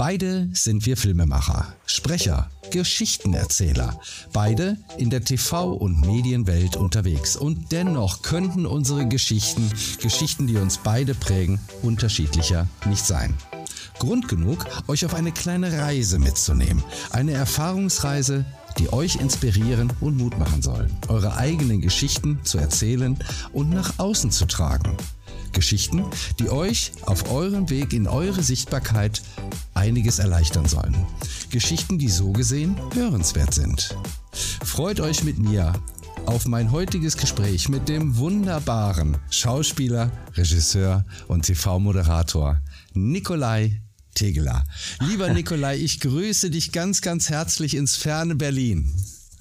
Beide sind wir Filmemacher, Sprecher, Geschichtenerzähler. Beide in der TV- und Medienwelt unterwegs. Und dennoch könnten unsere Geschichten, die uns beide prägen, unterschiedlicher nicht sein. Grund genug, euch auf eine kleine Reise mitzunehmen. Eine Erfahrungsreise, die euch inspirieren und Mut machen soll, eure eigenen Geschichten zu erzählen und nach außen zu tragen. Geschichten, die euch auf eurem Weg in eure Sichtbarkeit einiges erleichtern sollen. Geschichten, die so gesehen hörenswert sind. Freut euch mit mir auf mein heutiges Gespräch mit dem wunderbaren Schauspieler, Regisseur und TV-Moderator Nikolai Tegeler. Lieber Nikolai, ich grüße dich ganz, ganz herzlich ins ferne Berlin.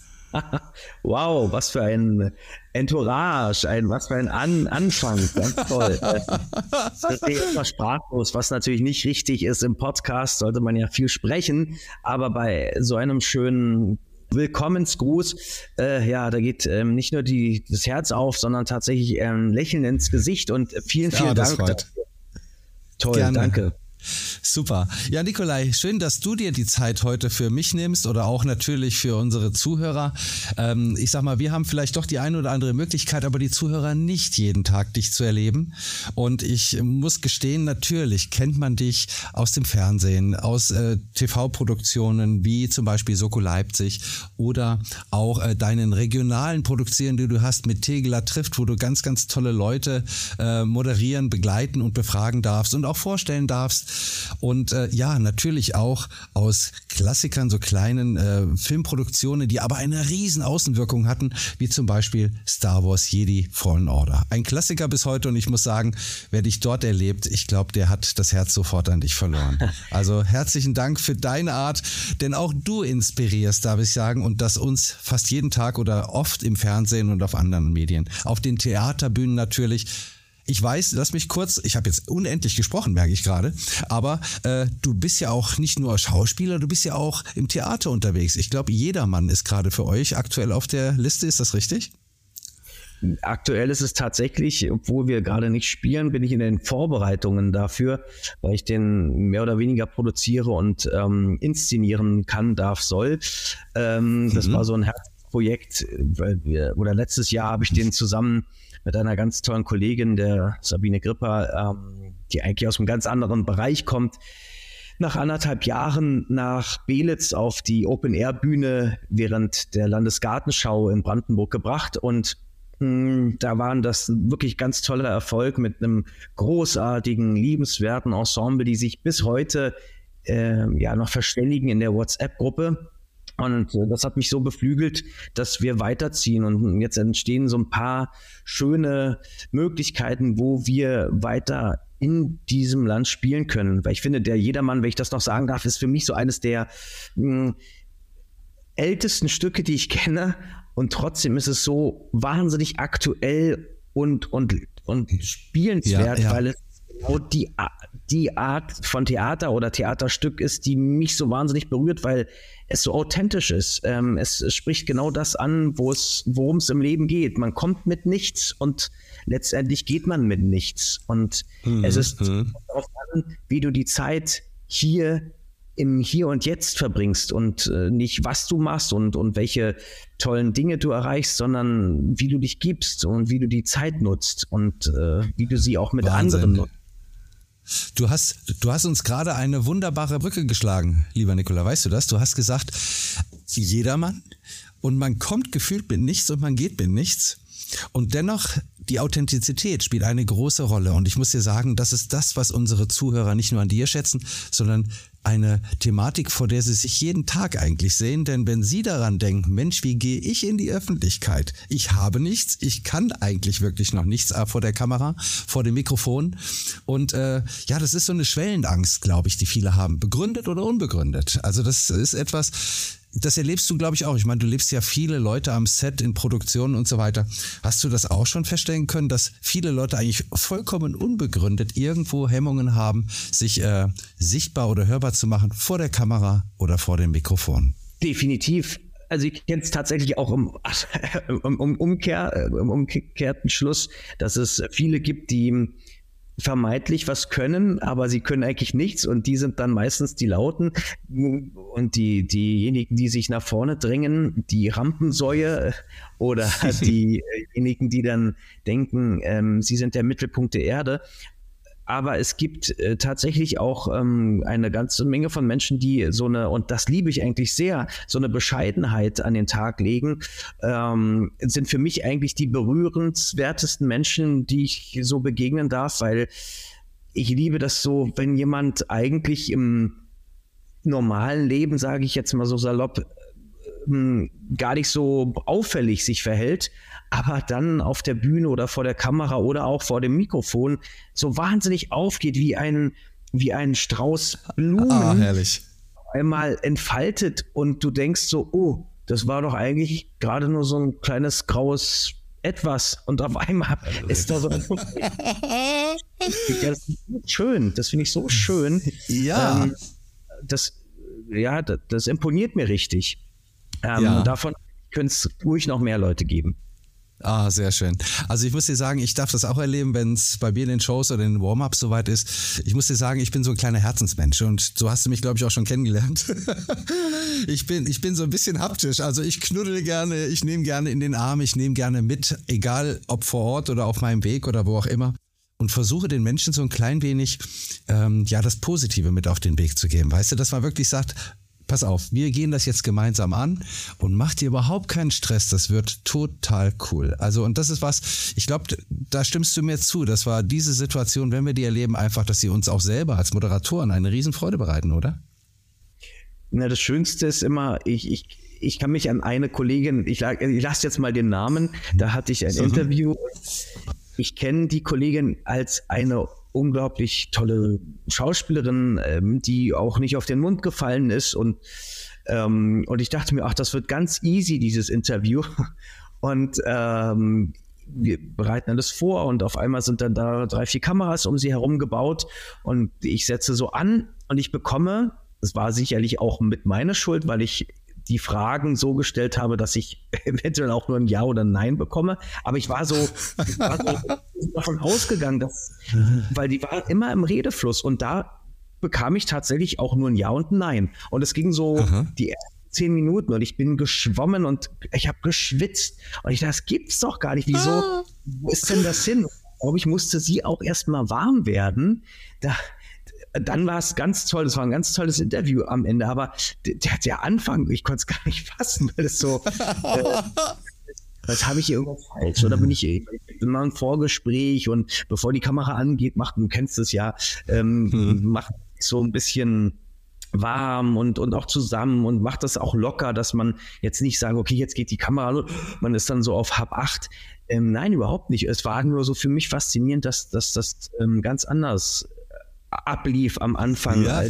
Wow, was für ein Entourage, was für ein Anfang, ganz toll. Ich bin immer sprachlos, was natürlich nicht richtig ist. Im Podcast sollte man ja viel sprechen, aber bei so einem schönen Willkommensgruß, da geht nicht nur das Herz auf, sondern tatsächlich ein Lächeln ins Gesicht und vielen Dank dafür. Toll, Gerne. Danke. Super. Ja, Nikolai, schön, dass du dir die Zeit heute für mich nimmst oder auch natürlich für unsere Zuhörer. Ich sag mal, wir haben vielleicht doch die eine oder andere Möglichkeit, aber die Zuhörer nicht jeden Tag dich zu erleben. Und ich muss gestehen, natürlich kennt man dich aus dem Fernsehen, aus TV-Produktionen wie zum Beispiel Soko Leipzig oder auch deinen regionalen Produktionen, die du hast mit Tegeler trifft, wo du ganz, ganz tolle Leute moderieren, begleiten und befragen darfst und auch vorstellen darfst. Und natürlich auch aus Klassikern, so kleinen Filmproduktionen, die aber eine riesen Außenwirkung hatten, wie zum Beispiel Star Wars Jedi Fallen Order. Ein Klassiker bis heute und ich muss sagen, wer dich dort erlebt, ich glaube, der hat das Herz sofort an dich verloren. Also herzlichen Dank für deine Art, denn auch du inspirierst, darf ich sagen, und das uns fast jeden Tag oder oft im Fernsehen und auf anderen Medien, auf den Theaterbühnen natürlich. Ich weiß, lass mich kurz, ich habe jetzt unendlich gesprochen, merke ich gerade, aber du bist ja auch nicht nur Schauspieler, du bist ja auch im Theater unterwegs. Ich glaube, jedermann ist gerade für euch aktuell auf der Liste, ist das richtig? Aktuell ist es tatsächlich, obwohl wir gerade nicht spielen, bin ich in den Vorbereitungen dafür, weil ich den mehr oder weniger produziere und inszenieren kann, soll. Das war so ein Herzprojekt, letztes Jahr habe ich den zusammen mit einer ganz tollen Kollegin, der Sabine Gripper, die eigentlich aus einem ganz anderen Bereich kommt, nach 1,5 Jahren nach Belitz auf die Open-Air-Bühne während der Landesgartenschau in Brandenburg gebracht. Und da waren das wirklich ganz toller Erfolg mit einem großartigen, liebenswerten Ensemble, die sich bis heute noch verständigen in der WhatsApp-Gruppe. Und das hat mich so beflügelt, dass wir weiterziehen und jetzt entstehen so ein paar schöne Möglichkeiten, wo wir weiter in diesem Land spielen können. Weil ich finde, der Jedermann, wenn ich das noch sagen darf, ist für mich so eines der ältesten Stücke, die ich kenne. Und trotzdem ist es so wahnsinnig aktuell und spielenswert, weil es genau die Art von Theater oder Theaterstück ist, die mich so wahnsinnig berührt, weil es so authentisch ist. Es spricht genau das an, worum es im Leben geht. Man kommt mit nichts und letztendlich geht man mit nichts. Und es ist darauf an, wie du die Zeit hier im Hier und Jetzt verbringst und nicht, was du machst und welche tollen Dinge du erreichst, sondern wie du dich gibst und wie du die Zeit nutzt und wie du sie auch mit anderen nutzt. Du hast uns gerade eine wunderbare Brücke geschlagen, lieber Nikolai, weißt du das? Du hast gesagt, jedermann und man kommt gefühlt mit nichts und man geht mit nichts und dennoch die Authentizität spielt eine große Rolle und ich muss dir sagen, das ist das, was unsere Zuhörer nicht nur an dir schätzen, sondern eine Thematik, vor der sie sich jeden Tag eigentlich sehen, denn wenn sie daran denken, Mensch, wie gehe ich in die Öffentlichkeit? Ich habe nichts, ich kann eigentlich wirklich noch nichts vor der Kamera, vor dem Mikrofon und das ist so eine Schwellenangst, glaube ich, die viele haben, begründet oder unbegründet. Also das ist etwas, das erlebst du, glaube ich, auch. Ich meine, du lebst ja viele Leute am Set, in Produktionen und so weiter. Hast du das auch schon feststellen können, dass viele Leute eigentlich vollkommen unbegründet irgendwo Hemmungen haben, sich sichtbar oder hörbar zu machen vor der Kamera oder vor dem Mikrofon? Definitiv. Also ich kenne es tatsächlich auch im umgekehrten Schluss, dass es viele gibt, die vermeintlich was können, aber sie können eigentlich nichts und die sind dann meistens die Lauten und diejenigen, die sich nach vorne drängen, die Rampensäue oder diejenigen, die dann denken, sie sind der Mittelpunkt der Erde. Aber es gibt tatsächlich auch eine ganze Menge von Menschen, die und das liebe ich eigentlich sehr, so eine Bescheidenheit an den Tag legen, sind für mich eigentlich die berührenswertesten Menschen, die ich so begegnen darf, weil ich liebe das so, wenn jemand eigentlich im normalen Leben, sage ich jetzt mal so salopp, gar nicht so auffällig sich verhält, aber dann auf der Bühne oder vor der Kamera oder auch vor dem Mikrofon so wahnsinnig aufgeht wie ein Strauß Blumen, herrlich. einmal entfaltet und du denkst so, oh, das war doch eigentlich gerade nur so ein kleines graues Etwas und auf einmal ist da so ein das ist schön, das finde ich so schön. Ja. Das imponiert mir richtig. Davon können es ruhig noch mehr Leute geben. Ah, sehr schön. Also ich muss dir sagen, ich darf das auch erleben, wenn es bei mir in den Shows oder in den Warm-Ups soweit ist. Ich muss dir sagen, ich bin so ein kleiner Herzensmensch und so hast du mich, glaube ich, auch schon kennengelernt. Ich bin so ein bisschen haptisch, also ich knuddel gerne, ich nehme gerne in den Arm, ich nehme gerne mit, egal ob vor Ort oder auf meinem Weg oder wo auch immer. Und versuche den Menschen so ein klein wenig das Positive mit auf den Weg zu geben. Weißt du, dass man wirklich sagt, pass auf, wir gehen das jetzt gemeinsam an und mach dir überhaupt keinen Stress, das wird total cool. Also und das ist was, ich glaube, da stimmst du mir zu, das war diese Situation, wenn wir die erleben, einfach, dass sie uns auch selber als Moderatoren eine Riesenfreude bereiten, oder? Na, das Schönste ist immer, ich kann mich an eine Kollegin, ich lasse jetzt mal den Namen, da hatte ich ein Interview. Ich kenne die Kollegin als eine unglaublich tolle Schauspielerin, die auch nicht auf den Mund gefallen ist und ich dachte mir, ach, das wird ganz easy, dieses Interview und wir bereiten alles vor und auf einmal sind dann da 3, 4 Kameras um sie herum gebaut und ich setze so an und ich bekomme, das war sicherlich auch mit meiner Schuld, weil ich die Fragen so gestellt habe, dass ich eventuell auch nur ein Ja oder ein Nein bekomme. Aber ich war so davon ausgegangen, weil die war immer im Redefluss und da bekam ich tatsächlich auch nur ein Ja und ein Nein. Und es ging so die ersten 10 Minuten und ich bin geschwommen und ich habe geschwitzt. Und ich dachte, das gibt's doch gar nicht. Wieso? Wo ist denn das hin? Ich glaube, ich musste sie auch erst mal warm werden. Dann war es ganz toll, das war ein ganz tolles Interview am Ende, aber der Anfang, ich konnte es gar nicht fassen, weil es so, was habe ich hier irgendwas falsch? Oder bin ich immer ein Vorgespräch und bevor die Kamera angeht, du kennst es ja, macht so ein bisschen warm und auch zusammen und macht das auch locker, dass man jetzt nicht sagt, okay, jetzt geht die Kamera, man ist dann so auf Hab 8. Nein, überhaupt nicht. Es war nur so für mich faszinierend, dass das ganz anders ablief am Anfang. Ja.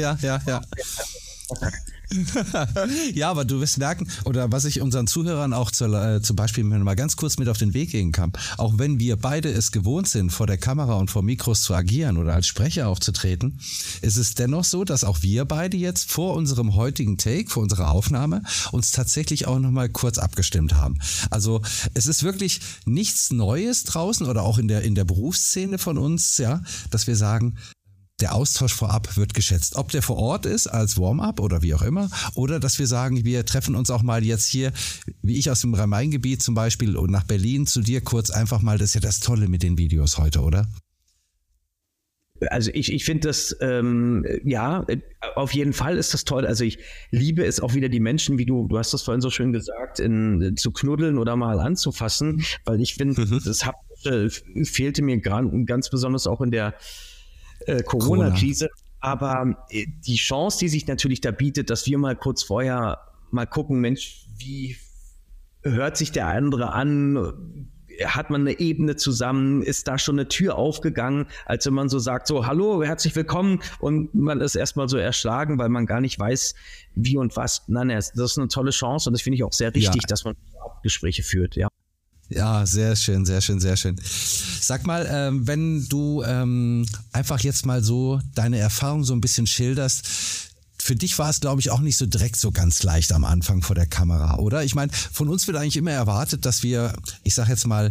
Ja, aber du wirst merken, oder was ich unseren Zuhörern auch zum Beispiel mal ganz kurz mit auf den Weg gehen kann, auch wenn wir beide es gewohnt sind, vor der Kamera und vor Mikros zu agieren oder als Sprecher aufzutreten, ist es dennoch so, dass auch wir beide jetzt vor unserem heutigen Take, vor unserer Aufnahme, uns tatsächlich auch nochmal kurz abgestimmt haben. Also es ist wirklich nichts Neues draußen oder auch in der Berufsszene von uns, ja, dass wir sagen, der Austausch vorab wird geschätzt. Ob der vor Ort ist als Warm-up oder wie auch immer, oder dass wir sagen, wir treffen uns auch mal jetzt hier, wie ich aus dem Rhein-Main-Gebiet zum Beispiel und nach Berlin zu dir kurz einfach mal, das ist ja das Tolle mit den Videos heute, oder? Also ich finde das, auf jeden Fall ist das toll. Also ich liebe es auch wieder, die Menschen, wie du hast das vorhin so schön gesagt, zu knuddeln oder mal anzufassen, weil ich finde, das fehlte mir ganz besonders auch in der Corona-Krise, aber die Chance, die sich natürlich da bietet, dass wir mal kurz vorher mal gucken, Mensch, wie hört sich der andere an? Hat man eine Ebene zusammen? Ist da schon eine Tür aufgegangen, als wenn man so sagt, so, hallo, herzlich willkommen und man ist erstmal so erschlagen, weil man gar nicht weiß, wie und was. Nein, das ist eine tolle Chance und das finde ich auch sehr richtig, dass man Gespräche führt, ja. Ja, sehr schön, sehr schön, sehr schön. Sag mal, wenn du einfach jetzt mal so deine Erfahrung so ein bisschen schilderst, für dich war es, glaube ich, auch nicht so direkt so ganz leicht am Anfang vor der Kamera, oder? Ich meine, von uns wird eigentlich immer erwartet, dass wir, ich sag jetzt mal,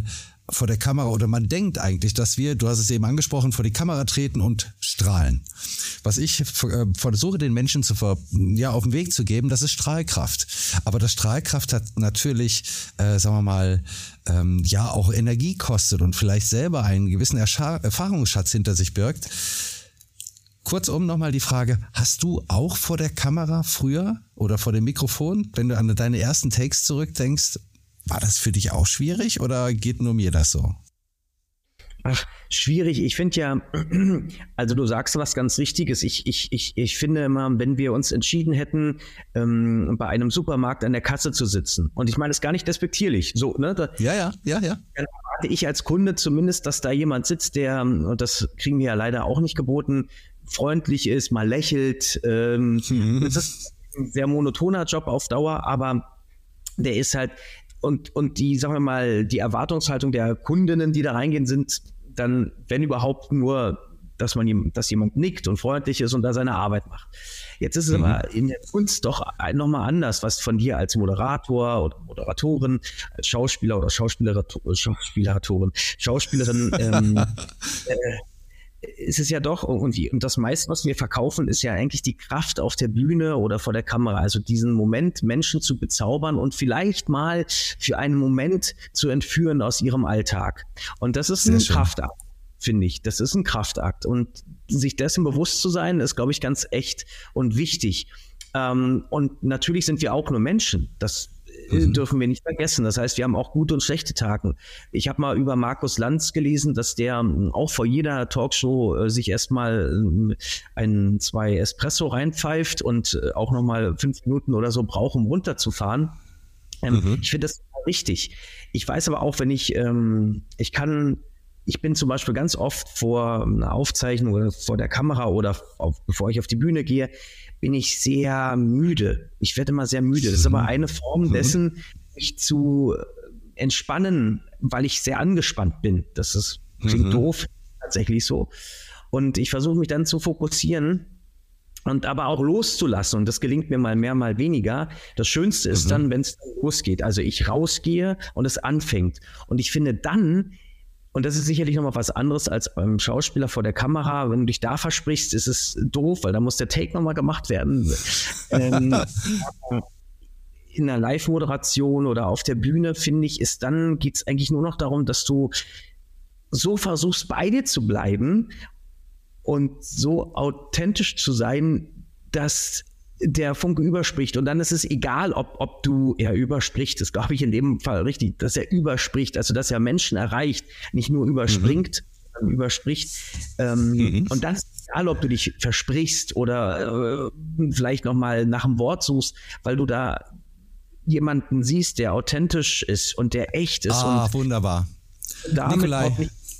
vor der Kamera oder man denkt eigentlich, dass wir, du hast es eben angesprochen, vor die Kamera treten und strahlen. Was ich versuche den Menschen auf den Weg zu geben, das ist Strahlkraft. Aber das Strahlkraft hat natürlich, sagen wir mal, auch Energie kostet und vielleicht selber einen gewissen Erfahrungsschatz hinter sich birgt. Kurzum nochmal die Frage, hast du auch vor der Kamera früher oder vor dem Mikrofon, wenn du an deine ersten Takes zurückdenkst, war das für dich auch schwierig oder geht nur mir das so? Ach, schwierig. Ich finde ja, also du sagst was ganz Richtiges. Ich finde immer, wenn wir uns entschieden hätten, bei einem Supermarkt an der Kasse zu sitzen, und ich meine es gar nicht despektierlich, so, ne? Ja. Dann erwarte ich als Kunde zumindest, dass da jemand sitzt, der, und das kriegen wir ja leider auch nicht geboten, freundlich ist, mal lächelt. Das ist ein sehr monotoner Job auf Dauer, aber der ist halt, und die, sagen wir mal, die Erwartungshaltung der Kundinnen, die da reingehen, sind dann, wenn überhaupt, nur, dass jemand nickt und freundlich ist und da seine Arbeit macht. Jetzt ist es aber in der Kunst doch nochmal anders, was von dir als Moderator oder Moderatorin, als Schauspieler oder Schauspielerin, ist es ja doch, und das meiste, was wir verkaufen, ist ja eigentlich die Kraft auf der Bühne oder vor der Kamera. Also diesen Moment, Menschen zu bezaubern und vielleicht mal für einen Moment zu entführen aus ihrem Alltag. Und das ist ein Kraftakt, finde ich. Das ist ein Kraftakt. Und sich dessen bewusst zu sein, ist, glaube ich, ganz echt und wichtig. Und natürlich sind wir auch nur Menschen. Das dürfen wir nicht vergessen. Das heißt, wir haben auch gute und schlechte Tage. Ich habe mal über Markus Lanz gelesen, dass der auch vor jeder Talkshow sich erstmal 2 Espresso reinpfeift und auch nochmal 5 Minuten oder so braucht, um runterzufahren. Ich finde das richtig. Ich weiß aber auch, wenn ich bin zum Beispiel ganz oft vor einer Aufzeichnung oder vor der Kamera oder bevor ich auf die Bühne gehe, bin ich sehr müde. Ich werde immer sehr müde. Das ist aber eine Form dessen, mich zu entspannen, weil ich sehr angespannt bin. Das klingt doof, tatsächlich so. Und ich versuche mich dann zu fokussieren und aber auch loszulassen. Und das gelingt mir mal mehr, mal weniger. Das Schönste ist dann, wenn es losgeht. Also ich rausgehe und es anfängt. Und ich finde dann, und das ist sicherlich nochmal was anderes als beim Schauspieler vor der Kamera. Wenn du dich da versprichst, ist es doof, weil da muss der Take nochmal gemacht werden. In einer Live-Moderation oder auf der Bühne, finde ich, geht es eigentlich nur noch darum, dass du so versuchst, bei dir zu bleiben und so authentisch zu sein, dass der Funke überspricht. Und dann ist es egal, ob du, überspricht, das glaube ich in dem Fall richtig, dass er überspricht, also dass er Menschen erreicht, nicht nur überspringt, sondern überspricht. Und dann ist es egal, ob du dich versprichst oder vielleicht nochmal nach einem Wort suchst, weil du da jemanden siehst, der authentisch ist und der echt ist. Und wunderbar. Nikolai,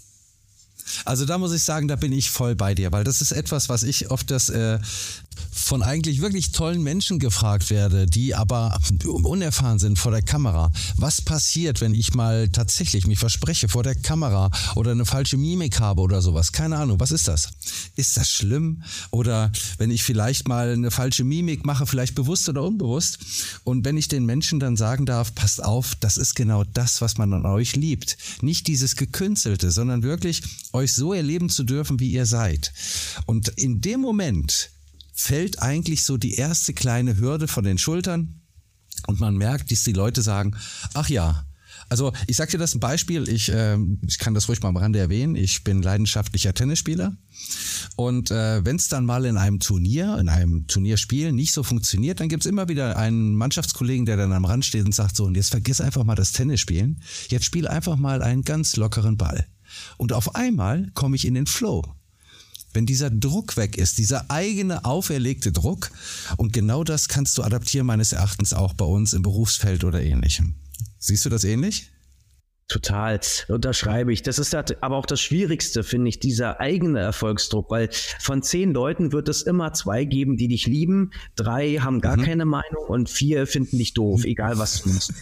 also da muss ich sagen, da bin ich voll bei dir, weil das ist etwas, was ich oft von eigentlich wirklich tollen Menschen gefragt werde, die aber unerfahren sind vor der Kamera. Was passiert, wenn ich mal tatsächlich mich verspreche vor der Kamera oder eine falsche Mimik habe oder sowas? Keine Ahnung, was ist das? Ist das schlimm? Oder wenn ich vielleicht mal eine falsche Mimik mache, vielleicht bewusst oder unbewusst, und wenn ich den Menschen dann sagen darf, passt auf, das ist genau das, was man an euch liebt. Nicht dieses Gekünstelte, sondern wirklich euch so erleben zu dürfen, wie ihr seid. Und in dem Moment fällt eigentlich so die erste kleine Hürde von den Schultern und man merkt, dass die Leute sagen, ach ja, also ich sag dir das ein Beispiel, ich kann das ruhig mal am Rande erwähnen, ich bin leidenschaftlicher Tennisspieler und wenn es dann mal in einem Turnierspiel nicht so funktioniert, dann gibt's immer wieder einen Mannschaftskollegen, der dann am Rand steht und sagt so, und jetzt vergiss einfach mal das Tennisspielen, jetzt spiel einfach mal einen ganz lockeren Ball. Und auf einmal komme ich in den Flow. Wenn dieser Druck weg ist, dieser eigene auferlegte Druck, und genau das kannst du adaptieren meines Erachtens auch bei uns im Berufsfeld oder ähnlichem. Siehst du das ähnlich? Total, unterschreibe ich. Das ist aber auch das Schwierigste, finde ich, dieser eigene Erfolgsdruck, weil von 10 Leuten wird es immer 2 geben, die dich lieben, 3 haben gar keine Meinung und 4 finden dich doof, egal was du machst.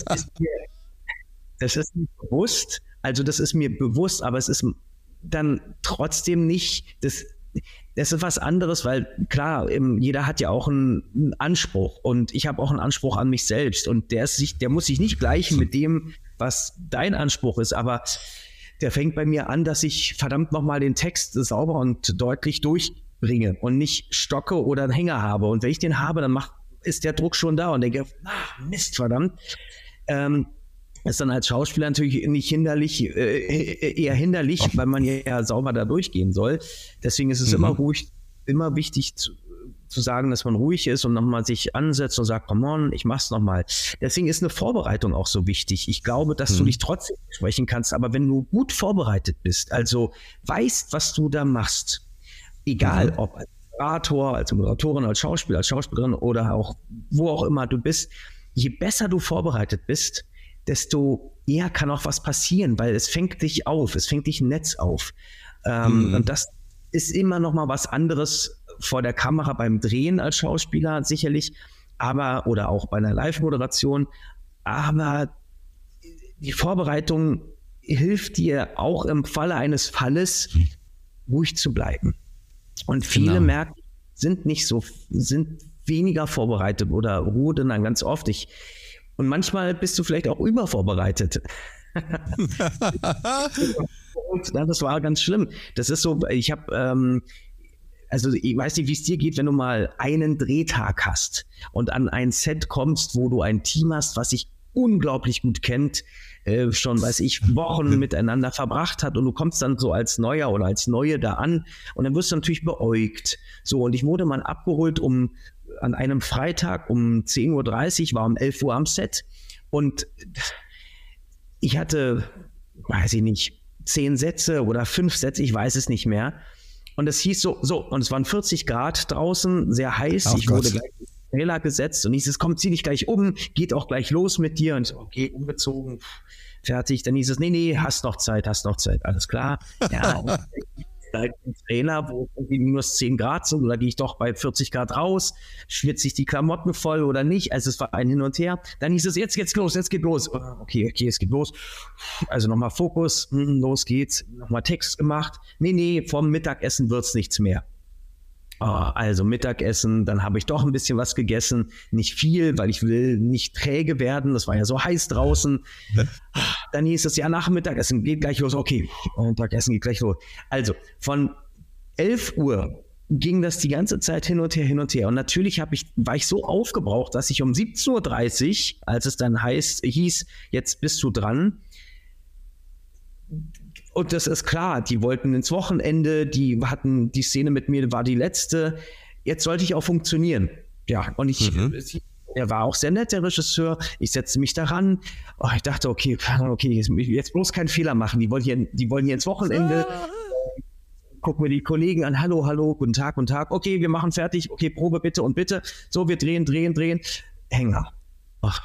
Das ist mir bewusst, also das ist mir bewusst, aber es ist dann trotzdem nicht, das ist was anderes, weil klar, jeder hat ja auch einen Anspruch und ich habe auch einen Anspruch an mich selbst und der muss sich nicht gleichen mit dem, was dein Anspruch ist, aber der fängt bei mir an, dass ich verdammt nochmal den Text sauber und deutlich durchbringe und nicht stocke oder einen Hänger habe. Und wenn ich den habe, dann ist der Druck schon da und denke, Mist, verdammt. Ist dann als Schauspieler natürlich nicht hinderlich, eher hinderlich, weil man ja sauber da durchgehen soll. Deswegen ist es immer wichtig zu sagen, dass man ruhig ist und nochmal sich ansetzt und sagt, come on, ich mach's nochmal. Deswegen ist eine Vorbereitung auch so wichtig. Ich glaube, dass du dich trotzdem sprechen kannst, aber wenn du gut vorbereitet bist, also weißt, was du da machst, egal ob als Moderator, als Moderatorin, als Schauspieler, als Schauspielerin oder auch wo auch immer du bist, je besser du vorbereitet bist, desto eher kann auch was passieren, weil es fängt dich auf, es fängt dich ein Netz auf. Und das ist immer noch mal was anderes vor der Kamera beim Drehen als Schauspieler sicherlich, oder auch bei einer Live-Moderation. Aber die Vorbereitung hilft dir auch im Falle eines Falles ruhig zu bleiben. Und viele merken, sind weniger vorbereitet oder ruhen dann ganz oft. Und manchmal bist du vielleicht auch übervorbereitet. Das war ganz schlimm. Das ist so, ich habe, ich weiß nicht, wie es dir geht, wenn du mal einen Drehtag hast und an ein Set kommst, wo du ein Team hast, was sich unglaublich gut kennt, schon, Wochen miteinander verbracht hat und du kommst dann so als Neuer oder als Neue da an und dann wirst du natürlich beäugt. So, und ich wurde mal abgeholt an einem Freitag um 10.30 Uhr, war um 11 Uhr am Set und ich hatte, 10 Sätze oder 5 Sätze, ich weiß es nicht mehr. Und es hieß und es waren 40 Grad draußen, sehr heiß. Ich wurde gleich in den Trailer gesetzt und hieß es, komm, zieh dich gleich um, geht auch gleich los mit dir. Und ich so, okay, umgezogen, fertig. Dann hieß es, nee, hast noch Zeit, alles klar. Ja, im Trailer, wo irgendwie minus 10 Grad sind, oder gehe ich doch bei 40 Grad raus, schwitze ich die Klamotten voll oder nicht, also es war ein Hin und Her, dann hieß es, jetzt geht los, okay, es geht los, also nochmal Fokus, los geht's, nochmal Text gemacht, nee, vom Mittagessen wird's nichts mehr. Also Mittagessen, dann habe ich doch ein bisschen was gegessen, nicht viel, weil ich will nicht träge werden, das war ja so heiß draußen. Dann hieß es, ja, nach dem Mittagessen geht gleich los, okay, Mittagessen geht gleich los. Also von 11 Uhr ging das die ganze Zeit hin und her. Und natürlich war ich so aufgebraucht, dass ich um 17.30 Uhr, als es dann hieß, jetzt bist du dran. Und das ist klar, die wollten ins Wochenende, die hatten die Szene mit mir, war die letzte. Jetzt sollte ich auch funktionieren. Ja, und er war auch sehr nett, der Regisseur. Ich setzte mich daran. Ich dachte, okay, jetzt bloß keinen Fehler machen. Die wollen hier ins Wochenende. Gucken wir die Kollegen an. Hallo, guten Tag. Okay, wir machen fertig. Okay, Probe bitte und bitte. So, wir drehen. Hänger. Ach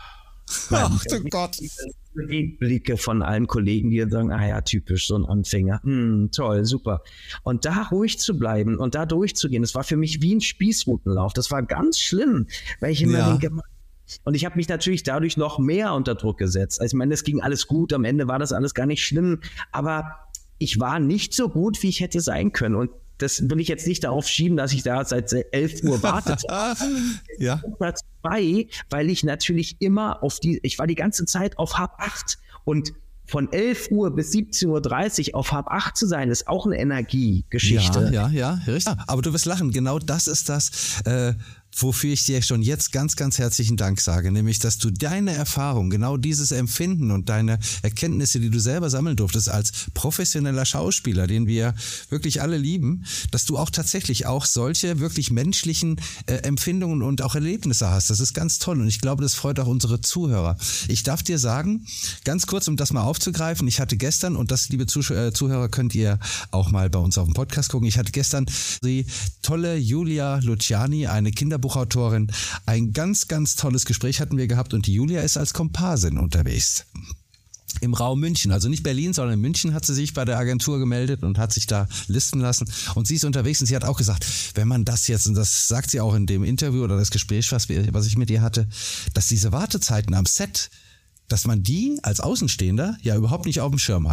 Gott. Die Blicke von allen Kollegen, die sagen, ja, typisch, so ein Anfänger. Toll, super. Und da ruhig zu bleiben und da durchzugehen, das war für mich wie ein Spießrutenlauf. Das war ganz schlimm, weil ich immer denke, und ich habe mich natürlich dadurch noch mehr unter Druck gesetzt. Also ich meine, es ging alles gut, am Ende war das alles gar nicht schlimm, aber ich war nicht so gut, wie ich hätte sein können. Und das will ich jetzt nicht darauf schieben, dass ich da seit 11 Uhr wartete. Ja. Platz 2, weil ich natürlich immer ich war die ganze Zeit auf halb 8 und von 11 Uhr bis 17.30 Uhr auf halb 8 zu sein, ist auch eine Energiegeschichte. Ja, richtig. Aber du wirst lachen, genau das ist das, wofür ich dir schon jetzt ganz, ganz herzlichen Dank sage, nämlich, dass du deine Erfahrung, genau dieses Empfinden und deine Erkenntnisse, die du selber sammeln durftest als professioneller Schauspieler, den wir wirklich alle lieben, dass du auch tatsächlich auch solche wirklich menschlichen Empfindungen und auch Erlebnisse hast. Das ist ganz toll und ich glaube, das freut auch unsere Zuhörer. Ich darf dir sagen, ganz kurz, um das mal aufzugreifen, ich hatte gestern, und das, liebe Zuhörer, könnt ihr auch mal bei uns auf dem Podcast gucken, ich hatte gestern die tolle Julia Luciani, eine Kinderbuchautorin, ein ganz, ganz tolles Gespräch hatten wir gehabt und die Julia ist als Komparsin unterwegs. Im Raum München, also nicht Berlin, sondern in München hat sie sich bei der Agentur gemeldet und hat sich da listen lassen und sie ist unterwegs und sie hat auch gesagt, wenn man das jetzt, und das sagt sie auch in dem Interview oder das Gespräch, was ich mit ihr hatte, dass diese Wartezeiten am Set, dass man die als Außenstehender ja überhaupt nicht auf dem Schirm hat.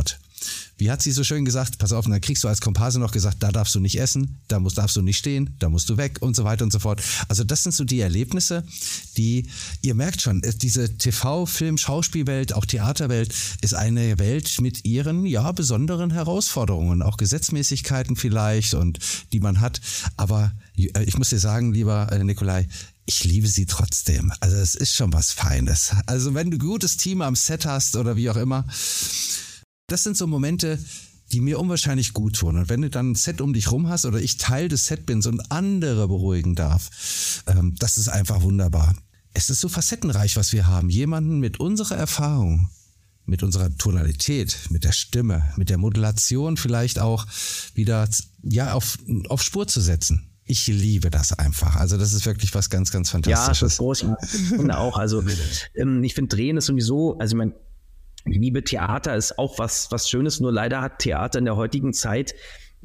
wie hat sie so schön gesagt, pass auf, und dann kriegst du als Komparse noch gesagt, da darfst du nicht essen, darfst du nicht stehen, da musst du weg und so weiter und so fort. Also das sind so die Erlebnisse, die, ihr merkt schon, diese TV-, Film-, Schauspielwelt, auch Theaterwelt ist eine Welt mit ihren, ja, besonderen Herausforderungen, auch Gesetzmäßigkeiten vielleicht und die man hat. Aber ich muss dir sagen, lieber Nikolai, ich liebe sie trotzdem. Also es ist schon was Feines. Also wenn du ein gutes Team am Set hast oder wie auch immer, das sind so Momente, die mir unwahrscheinlich gut tun. Und wenn du dann ein Set um dich rum hast oder ich Teil des Sets bin und andere beruhigen darf, das ist einfach wunderbar. Es ist so facettenreich, was wir haben. Jemanden mit unserer Erfahrung, mit unserer Tonalität, mit der Stimme, mit der Modulation vielleicht auch wieder auf Spur zu setzen. Ich liebe das einfach. Also das ist wirklich was ganz, ganz Fantastisches. Ja, das ist großartig. Ich finde auch. Also ich finde, Drehen ist sowieso, also ich meine, ich liebe Theater, ist auch was Schönes, nur leider hat Theater in der heutigen Zeit,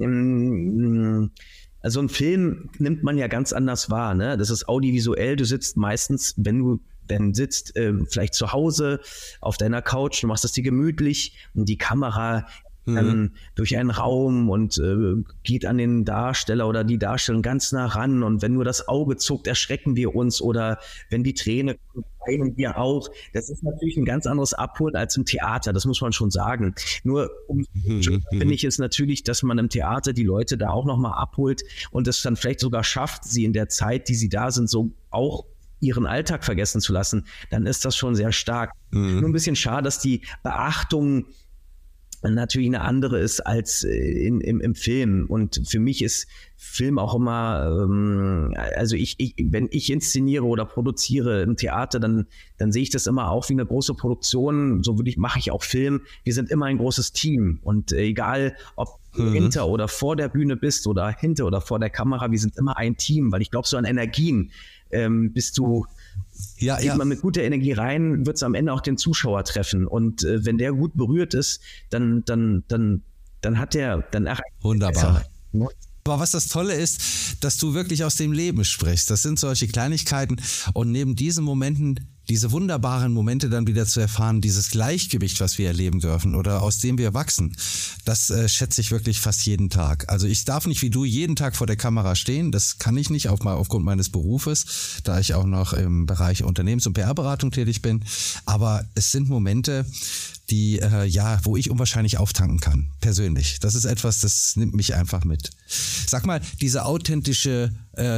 also ein Film nimmt man ja ganz anders wahr, ne? Das ist audiovisuell, du sitzt meistens, wenn du dann sitzt, vielleicht zu Hause auf deiner Couch, du machst es dir gemütlich und die Kamera durch einen Raum und geht an den Darsteller oder die Darstellerin ganz nah ran und wenn nur das Auge zuckt, erschrecken wir uns oder wenn die Träne kommt, weinen wir auch. Das ist natürlich ein ganz anderes Abholen als im Theater, das muss man schon sagen. Nur finde ich es natürlich, dass man im Theater die Leute da auch nochmal abholt und es dann vielleicht sogar schafft, sie in der Zeit, die sie da sind, so auch ihren Alltag vergessen zu lassen, dann ist das schon sehr stark. Nur ein bisschen schade, dass die Beachtung natürlich eine andere ist als im Film. Und für mich ist Film auch immer, also wenn ich inszeniere oder produziere im Theater, dann sehe ich das immer auch wie eine große Produktion. So mache ich auch Film. Wir sind immer ein großes Team. Und egal, ob du hinter oder vor der Bühne bist oder hinter oder vor der Kamera, wir sind immer ein Team, weil ich glaube, so an Energien bist du geht man mit guter Energie rein, wird es am Ende auch den Zuschauer treffen. Und wenn der gut berührt ist, dann hat der wunderbar. Aber was das Tolle ist, dass du wirklich aus dem Leben sprichst. Das sind solche Kleinigkeiten und neben diesen Momenten, diese wunderbaren Momente dann wieder zu erfahren, dieses Gleichgewicht, was wir erleben dürfen oder aus dem wir wachsen, das schätze ich wirklich fast jeden Tag. Also ich darf nicht wie du jeden Tag vor der Kamera stehen, das kann ich nicht aufgrund meines Berufes, da ich auch noch im Bereich Unternehmens- und PR-Beratung tätig bin, aber es sind Momente, die, wo ich unwahrscheinlich auftanken kann, persönlich. Das ist etwas, das nimmt mich einfach mit. Sag mal, dieses authentische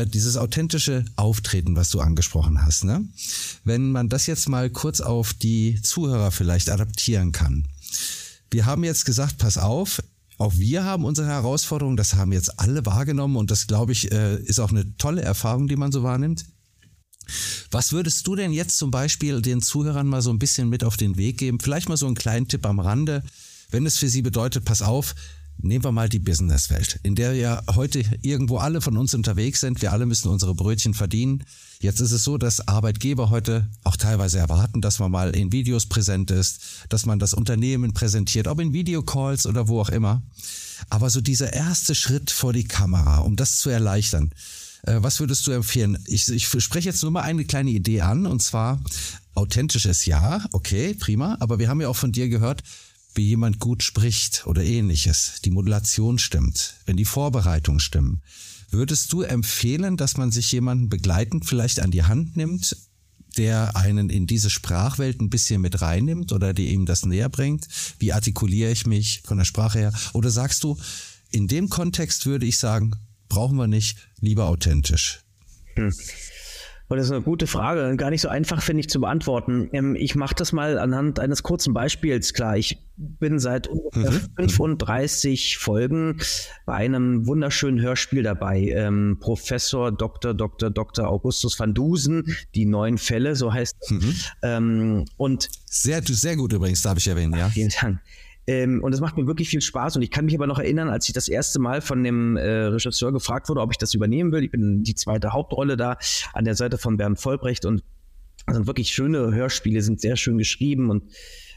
Auftreten, was du angesprochen hast, ne? Wenn man das jetzt mal kurz auf die Zuhörer vielleicht adaptieren kann. Wir haben jetzt gesagt, pass auf, auch wir haben unsere Herausforderungen, das haben jetzt alle wahrgenommen und das, glaube ich, ist auch eine tolle Erfahrung, die man so wahrnimmt. Was würdest du denn jetzt zum Beispiel den Zuhörern mal so ein bisschen mit auf den Weg geben? Vielleicht mal so einen kleinen Tipp am Rande, wenn es für sie bedeutet, pass auf, nehmen wir mal die Businesswelt, in der ja heute irgendwo alle von uns unterwegs sind. Wir alle müssen unsere Brötchen verdienen. Jetzt ist es so, dass Arbeitgeber heute auch teilweise erwarten, dass man mal in Videos präsent ist, dass man das Unternehmen präsentiert, ob in Videocalls oder wo auch immer. Aber so dieser erste Schritt vor die Kamera, um das zu erleichtern, was würdest du empfehlen? Ich spreche jetzt nur mal eine kleine Idee an und zwar authentisches Ja, okay, prima, aber wir haben ja auch von dir gehört, wie jemand gut spricht oder ähnliches, die Modulation stimmt, wenn die Vorbereitungen stimmen. Würdest du empfehlen, dass man sich jemanden begleitend vielleicht an die Hand nimmt, der einen in diese Sprachwelt ein bisschen mit reinnimmt oder der ihm das näher bringt? Wie artikuliere ich mich von der Sprache her? Oder sagst du, in dem Kontext würde ich sagen, brauchen wir nicht, lieber authentisch? Das ist eine gute Frage, gar nicht so einfach, finde ich, zu beantworten. Ich mache das mal anhand eines kurzen Beispiels klar. Ich bin seit ungefähr 35 Folgen bei einem wunderschönen Hörspiel dabei. Professor Dr. Augustus van Dusen, die 9 Fälle, so heißt es. Und sehr gut übrigens, darf ich erwähnen, ja. Vielen Dank. Und es macht mir wirklich viel Spaß und ich kann mich aber noch erinnern, als ich das erste Mal von dem Regisseur gefragt wurde, ob ich das übernehmen will. Ich bin die zweite Hauptrolle da an der Seite von Bernd Vollbrecht und das sind wirklich schöne Hörspiele, sind sehr schön geschrieben und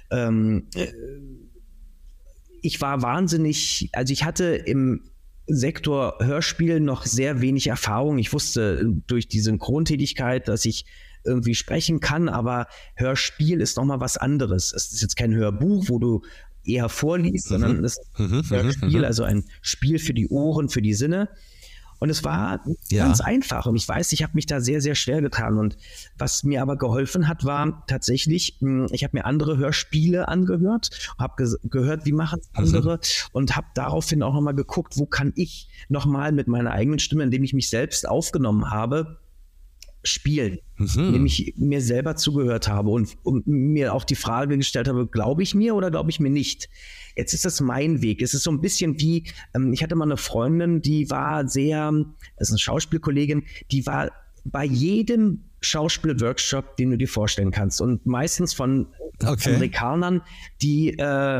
ich war wahnsinnig, also ich hatte im Sektor Hörspiel noch sehr wenig Erfahrung. Ich wusste durch die Synchrontätigkeit, dass ich irgendwie sprechen kann, aber Hörspiel ist nochmal was anderes. Es ist jetzt kein Hörbuch, wo du eher vorliest, sondern es ist ein Hörspiel, also ein Spiel für die Ohren, für die Sinne. Und es war ganz einfach. Und ich weiß, ich habe mich da sehr, sehr schwer getan. Und was mir aber geholfen hat, war tatsächlich, ich habe mir andere Hörspiele angehört, habe gehört, wie machen es andere und habe daraufhin auch nochmal geguckt, wo kann ich nochmal mit meiner eigenen Stimme, indem ich mich selbst aufgenommen habe, spielen, indem ich mir selber zugehört habe und mir auch die Frage gestellt habe, glaube ich mir oder glaube ich mir nicht? Jetzt ist das mein Weg. Es ist so ein bisschen wie, ich hatte mal eine Freundin, die war das ist eine Schauspielkollegin, die war bei jedem Schauspielworkshop, den du dir vorstellen kannst und meistens von Amerikanern, die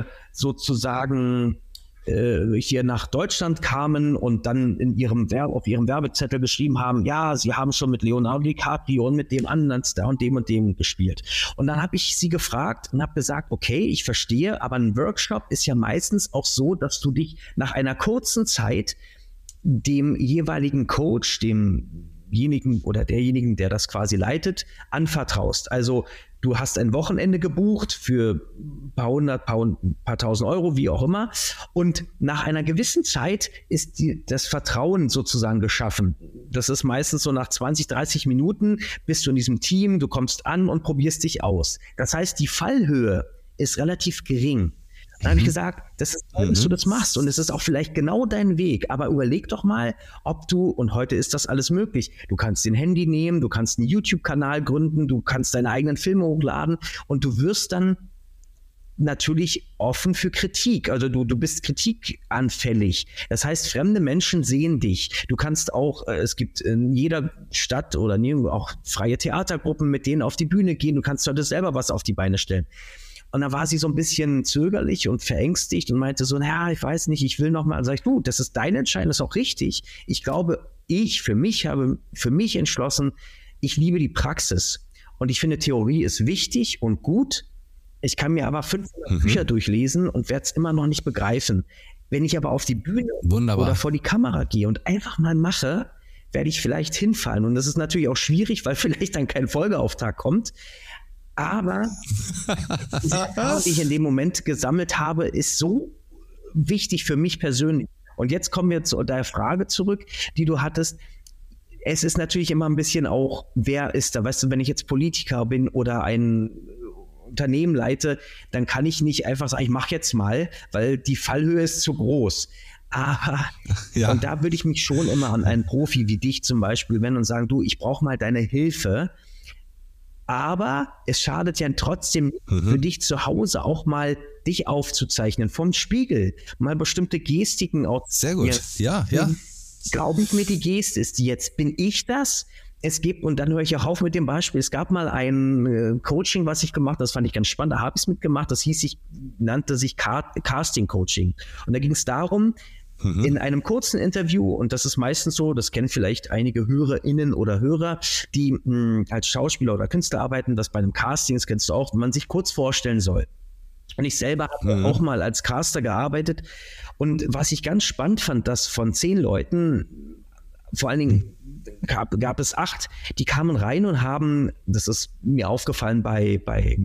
sozusagen hier nach Deutschland kamen und dann auf ihrem Werbezettel geschrieben haben, ja, sie haben schon mit Leonardo DiCaprio und mit dem anderen Star und dem gespielt. Und dann habe ich sie gefragt und habe gesagt, okay, ich verstehe, aber ein Workshop ist ja meistens auch so, dass du dich nach einer kurzen Zeit dem jeweiligen Coach, demjenigen oder derjenigen, der das quasi leitet, anvertraust. Also du hast ein Wochenende gebucht für ein paar hundert, paar tausend Euro, wie auch immer. Und nach einer gewissen Zeit ist das Vertrauen sozusagen geschaffen. Das ist meistens so nach 20, 30 Minuten bist du in diesem Team, du kommst an und probierst dich aus. Das heißt, die Fallhöhe ist relativ gering. Dann habe ich gesagt, das ist toll, dass du das machst und es ist auch vielleicht genau dein Weg, aber überleg doch mal, ob du, und heute ist das alles möglich, du kannst den Handy nehmen, du kannst einen YouTube-Kanal gründen, du kannst deine eigenen Filme hochladen und du wirst dann natürlich offen für Kritik, also du bist kritikanfällig. Das heißt, fremde Menschen sehen dich. Du kannst auch, es gibt in jeder Stadt oder auch freie Theatergruppen, mit denen auf die Bühne gehen, du kannst heute selber was auf die Beine stellen. Und da war sie so ein bisschen zögerlich und verängstigt und meinte so, naja, ich weiß nicht, ich will noch mal. Und sag ich, du, das ist deine Entscheidung, das ist auch richtig. Ich glaube, habe für mich entschlossen, ich liebe die Praxis. Und ich finde, Theorie ist wichtig und gut. Ich kann mir aber 500 Bücher durchlesen und werde es immer noch nicht begreifen. Wenn ich aber auf die Bühne oder vor die Kamera gehe und einfach mal mache, werde ich vielleicht hinfallen. Und das ist natürlich auch schwierig, weil vielleicht dann kein Folgeauftrag kommt. Aber die Erfahrung, die ich in dem Moment gesammelt habe, ist so wichtig für mich persönlich. Und jetzt kommen wir zu der Frage zurück, die du hattest. Es ist natürlich immer ein bisschen auch, wer ist da? Weißt du, wenn ich jetzt Politiker bin oder ein Unternehmen leite, dann kann ich nicht einfach sagen, ich mache jetzt mal, weil die Fallhöhe ist zu groß. Aber und da würde ich mich schon immer an einen Profi wie dich zum Beispiel wenden und sagen, du, ich brauche mal deine Hilfe. Aber es schadet ja trotzdem für dich zu Hause auch mal dich aufzuzeichnen vom Spiegel, mal bestimmte Gestiken auch. Sehr gut, ja. Glaube ich mir, die Geste ist die jetzt, bin ich das? Und dann höre ich auch auf mit dem Beispiel, es gab mal ein Coaching, was ich gemacht habe, das fand ich ganz spannend, da habe ich es mitgemacht, nannte sich Casting Coaching. Und da ging es darum, in einem kurzen Interview, und das ist meistens so, das kennen vielleicht einige HörerInnen oder Hörer, die als Schauspieler oder Künstler arbeiten, das bei einem Casting, das kennst du auch, man sich kurz vorstellen soll. Und ich selber habe auch mal als Caster gearbeitet. Und was ich ganz spannend fand, dass von 10 Leuten, vor allen Dingen gab es 8, die kamen rein und haben, das ist mir aufgefallen bei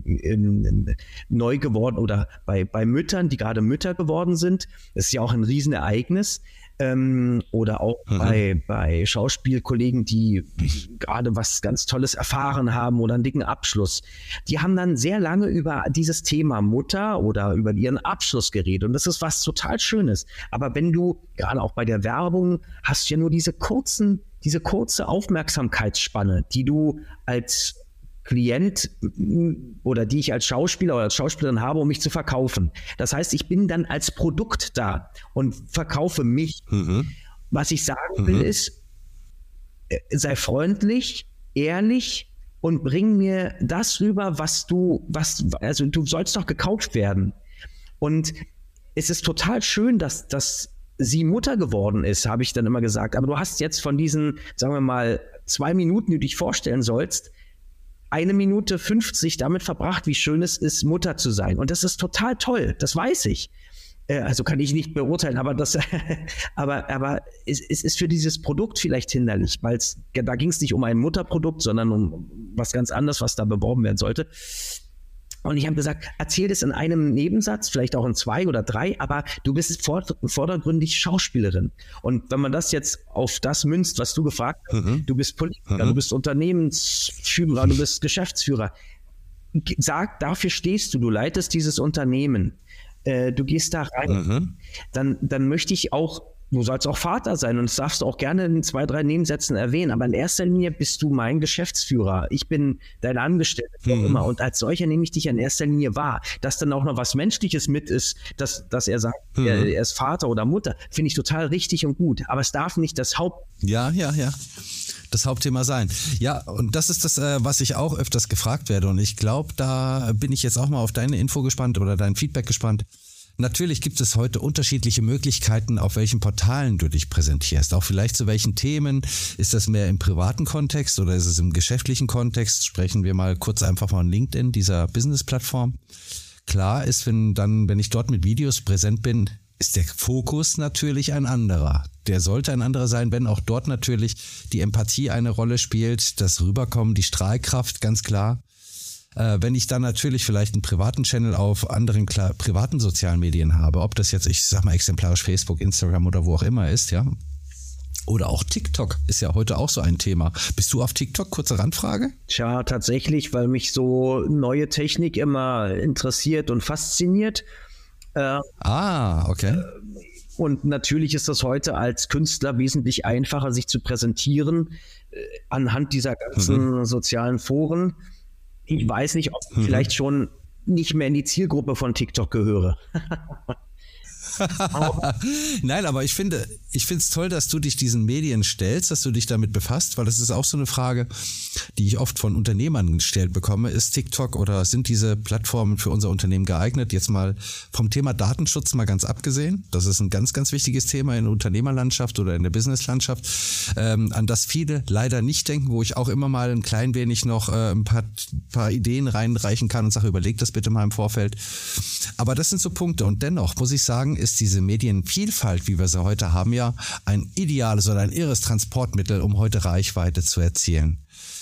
neu geworden oder bei Müttern, die gerade Mütter geworden sind. Das ist ja auch ein Riesenereignis. Oder auch bei Schauspielkollegen, die gerade was ganz Tolles erfahren haben oder einen dicken Abschluss. Die haben dann sehr lange über dieses Thema Mutter oder über ihren Abschluss geredet. Und das ist was total Schönes. Aber wenn du, gerade auch bei der Werbung, hast du ja nur diese kurze Aufmerksamkeitsspanne, die du als Klient oder die ich als Schauspieler oder als Schauspielerin habe, um mich zu verkaufen. Das heißt, ich bin dann als Produkt da und verkaufe mich. Was ich sagen will ist, sei freundlich, ehrlich und bring mir das rüber, also du sollst doch gekauft werden. Und es ist total schön, dass sie Mutter geworden ist, habe ich dann immer gesagt. Aber du hast jetzt von diesen, sagen wir mal, 2 Minuten, die du dich vorstellen sollst, 1 Minute 50 damit verbracht, wie schön es ist, Mutter zu sein. Und das ist total toll, das weiß ich. Also kann ich nicht beurteilen, aber aber es ist für dieses Produkt vielleicht hinderlich, weil da ging es nicht um ein Mutterprodukt, sondern um was ganz anderes, was da beworben werden sollte. Und ich habe gesagt, erzähl das in einem Nebensatz, vielleicht auch in 2 oder 3, aber du bist vordergründig Schauspielerin. Und wenn man das jetzt auf das münzt, was du gefragt hast, du bist Politiker, du bist Unternehmensführer, du bist Geschäftsführer. Sag, dafür stehst du, du leitest dieses Unternehmen, du gehst da rein, dann möchte ich auch, du sollst auch Vater sein und das darfst du auch gerne in 2, 3 Nebensätzen erwähnen, aber in erster Linie bist du mein Geschäftsführer. Ich bin dein Angestellter, wie auch immer, und als solcher nehme ich dich in erster Linie wahr. Dass dann auch noch was Menschliches mit ist, dass er sagt, er ist Vater oder Mutter, finde ich total richtig und gut, aber es darf nicht das das Hauptthema sein. Ja, und das ist das, was ich auch öfters gefragt werde, und ich glaube, da bin ich jetzt auch mal auf deine Info gespannt oder dein Feedback gespannt. Natürlich gibt es heute unterschiedliche Möglichkeiten, auf welchen Portalen du dich präsentierst. Auch vielleicht zu welchen Themen. Ist das mehr im privaten Kontext oder ist es im geschäftlichen Kontext? Sprechen wir mal kurz einfach von LinkedIn, dieser Business-Plattform. Klar ist, wenn ich dort mit Videos präsent bin, ist der Fokus natürlich ein anderer. Der sollte ein anderer sein, wenn auch dort natürlich die Empathie eine Rolle spielt, das Rüberkommen, die Strahlkraft, ganz klar. Wenn ich dann natürlich vielleicht einen privaten Channel auf anderen privaten sozialen Medien habe, ob das jetzt, ich sag mal exemplarisch Facebook, Instagram oder wo auch immer ist, ja. Oder auch TikTok ist ja heute auch so ein Thema. Bist du auf TikTok? Kurze Randfrage. Tja, tatsächlich, weil mich so neue Technik immer interessiert und fasziniert. Okay. Und natürlich ist das heute als Künstler wesentlich einfacher, sich zu präsentieren anhand dieser ganzen sozialen Foren. Ich weiß nicht, ob ich vielleicht schon nicht mehr in die Zielgruppe von TikTok gehöre. Nein, aber ich finde es toll, dass du dich diesen Medien stellst, dass du dich damit befasst, weil das ist auch so eine Frage, die ich oft von Unternehmern gestellt bekomme. Ist TikTok oder sind diese Plattformen für unser Unternehmen geeignet? Jetzt mal vom Thema Datenschutz mal ganz abgesehen. Das ist ein ganz, ganz wichtiges Thema in der Unternehmerlandschaft oder in der Businesslandschaft, an das viele leider nicht denken, wo ich auch immer mal ein klein wenig noch ein paar Ideen reinreichen kann und sage, überleg das bitte mal im Vorfeld. Aber das sind so Punkte, und dennoch muss ich sagen, ist diese Medienvielfalt, wie wir sie heute haben, ja ein ideales oder ein irres Transportmittel, um heute Reichweite zu erzielen.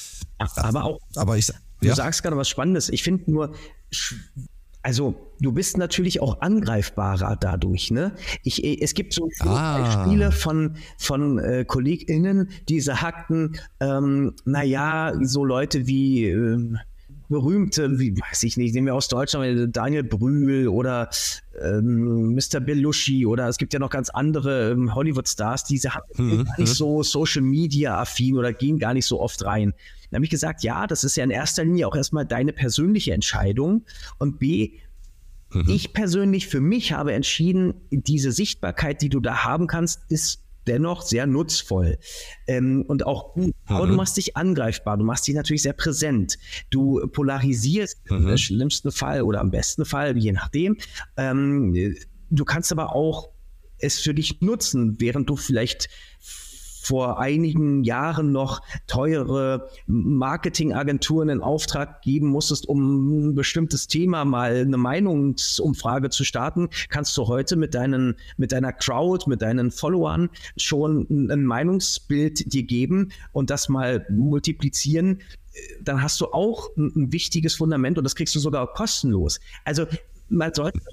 Du sagst gerade was Spannendes. Ich finde nur, also du bist natürlich auch angreifbarer dadurch, ne? Es gibt so viele Beispiele von KollegInnen, die sagten, so Leute wie berühmte, wie weiß ich nicht, nehmen wir aus Deutschland, Daniel Brühl oder Mr. Belushi, oder es gibt ja noch ganz andere Hollywood-Stars, die sind gar nicht so Social-Media-affin oder gehen gar nicht so oft rein. Dann habe ich gesagt, ja, das ist ja in erster Linie auch erstmal deine persönliche Entscheidung, und B, ich persönlich für mich habe entschieden, diese Sichtbarkeit, die du da haben kannst, ist dennoch sehr nutzvoll und auch gut. Aber du machst dich angreifbar, du machst dich natürlich sehr präsent. Du polarisierst im schlimmsten Fall oder am besten Fall, je nachdem. Du kannst aber auch es für dich nutzen, während du vielleicht vor einigen Jahren noch teure Marketingagenturen in Auftrag geben musstest, um ein bestimmtes Thema mal eine Meinungsumfrage zu starten, kannst du heute mit deiner Crowd, mit deinen Followern schon ein Meinungsbild dir geben und das mal multiplizieren. Dann hast du auch ein wichtiges Fundament, und das kriegst du sogar kostenlos. Also man